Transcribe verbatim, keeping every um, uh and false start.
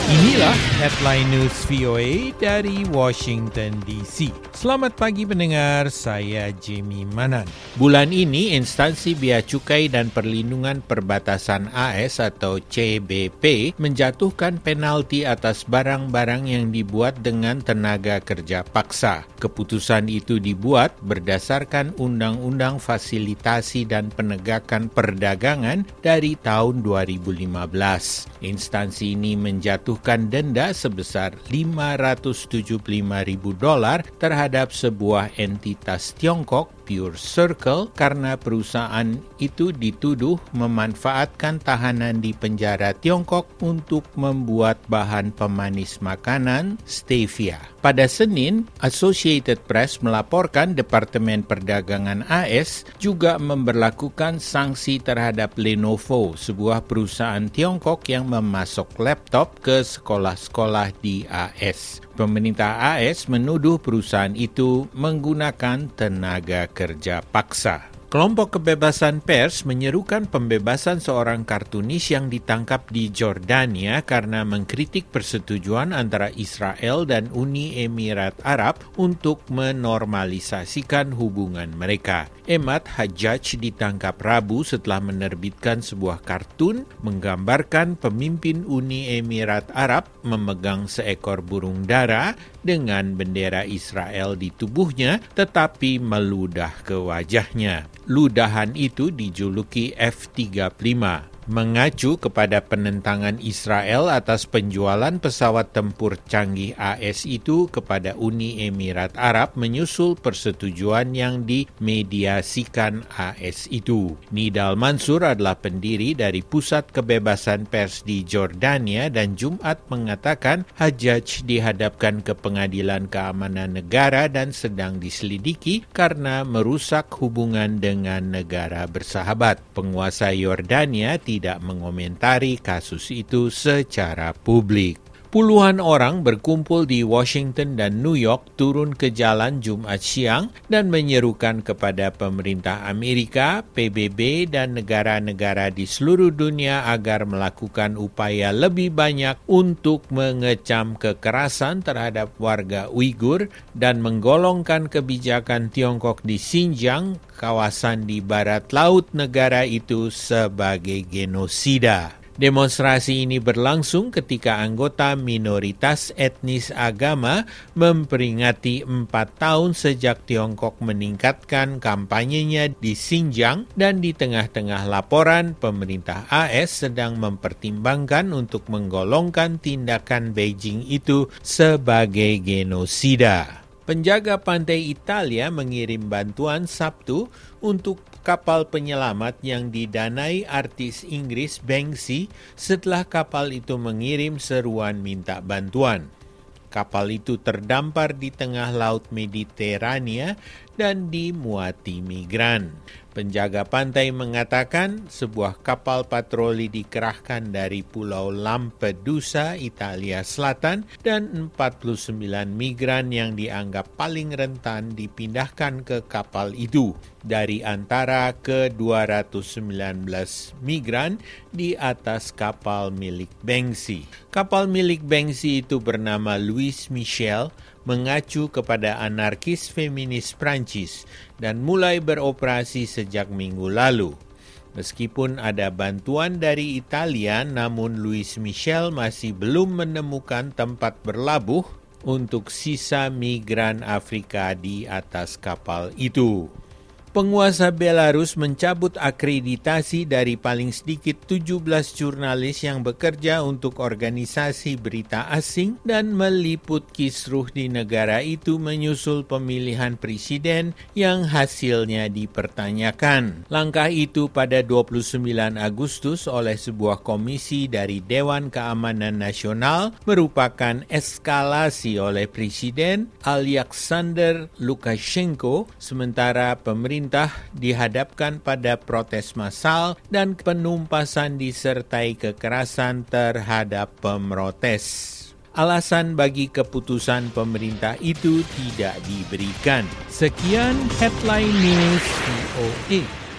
Inilah headline news V O A dari Washington D C. Selamat pagi pendengar, saya Jimmy Manan. Bulan ini, Instansi Bea Cukai dan Perlindungan Perbatasan A S atau C B P menjatuhkan penalti atas barang-barang yang dibuat dengan tenaga kerja paksa. Keputusan itu dibuat berdasarkan Undang-Undang Fasilitasi dan Penegakan Perdagangan dari tahun dua ribu lima belas. Instansi ini menjatuhkan denda sebesar lima ratus tujuh puluh lima ribu dolar terhadap sebuah entitas Tiongkok, Pure Circle, karena perusahaan itu dituduh memanfaatkan tahanan di penjara Tiongkok untuk membuat bahan pemanis makanan stevia. Pada Senin, Associated Press melaporkan Departemen Perdagangan A S juga memberlakukan sanksi terhadap Lenovo, sebuah perusahaan Tiongkok yang memasok laptop ke sekolah-sekolah di A S. Pemerintah A S menuduh perusahaan itu menggunakan tenaga kerja paksa. Kelompok Kebebasan Pers menyerukan pembebasan seorang kartunis yang ditangkap di Jordania karena mengkritik persetujuan antara Israel dan Uni Emirat Arab untuk menormalisasikan hubungan mereka. Emad Hajjaj ditangkap Rabu setelah menerbitkan sebuah kartun menggambarkan pemimpin Uni Emirat Arab memegang seekor burung dara dengan bendera Israel di tubuhnya, tetapi meludah ke wajahnya. Ludahan itu dijuluki F tiga puluh lima. Mengacu kepada penentangan Israel atas penjualan pesawat tempur canggih A S itu kepada Uni Emirat Arab menyusul persetujuan yang dimediasikan A S itu. Nidal Mansur adalah pendiri dari Pusat Kebebasan Pers di Jordania dan Jumat mengatakan Hajjaj dihadapkan ke Pengadilan Keamanan Negara dan sedang diselidiki karena merusak hubungan dengan negara bersahabat. Penguasa Yordania tidak tidak mengomentari kasus itu secara publik. Puluhan orang berkumpul di Washington dan New York turun ke jalan Jumat siang dan menyerukan kepada pemerintah Amerika, P B B, dan negara-negara di seluruh dunia agar melakukan upaya lebih banyak untuk mengecam kekerasan terhadap warga Uighur dan menggolongkan kebijakan Tiongkok di Xinjiang, kawasan di barat laut negara itu, sebagai genosida. Demonstrasi ini berlangsung ketika anggota minoritas etnis agama memperingati empat tahun sejak Tiongkok meningkatkan kampanyenya di Xinjiang dan di tengah-tengah laporan pemerintah A S sedang mempertimbangkan untuk menggolongkan tindakan Beijing itu sebagai genosida. Penjaga pantai Italia mengirim bantuan Sabtu untuk kapal penyelamat yang didanai artis Inggris Banksy setelah kapal itu mengirim seruan minta bantuan. Kapal itu terdampar di tengah laut Mediterania dan dimuati migran. Penjaga pantai mengatakan sebuah kapal patroli dikerahkan dari Pulau Lampedusa, Italia Selatan, dan empat puluh sembilan migran yang dianggap paling rentan dipindahkan ke kapal itu dari antara ke dua ratus sembilan belas migran di atas kapal milik Banksy. Kapal milik Banksy itu bernama Louis Michel, mengacu kepada anarkis feminis Prancis dan mulai beroperasi sejak minggu lalu. Meskipun ada bantuan dari Italia, namun Louis Michel masih belum menemukan tempat berlabuh untuk sisa migran Afrika di atas kapal itu. Penguasa Belarus mencabut akreditasi dari paling sedikit tujuh belas jurnalis yang bekerja untuk organisasi berita asing dan meliput kisruh di negara itu menyusul pemilihan presiden yang hasilnya dipertanyakan. Langkah itu pada dua puluh sembilan Agustus oleh sebuah komisi dari Dewan Keamanan Nasional merupakan eskalasi oleh Presiden Alexander Lukashenko, sementara pemerintah dihadapkan pada protes massal dan penumpasan disertai kekerasan terhadap pemrotes. Alasan bagi keputusan pemerintah itu tidak diberikan. Sekian headline news V O A.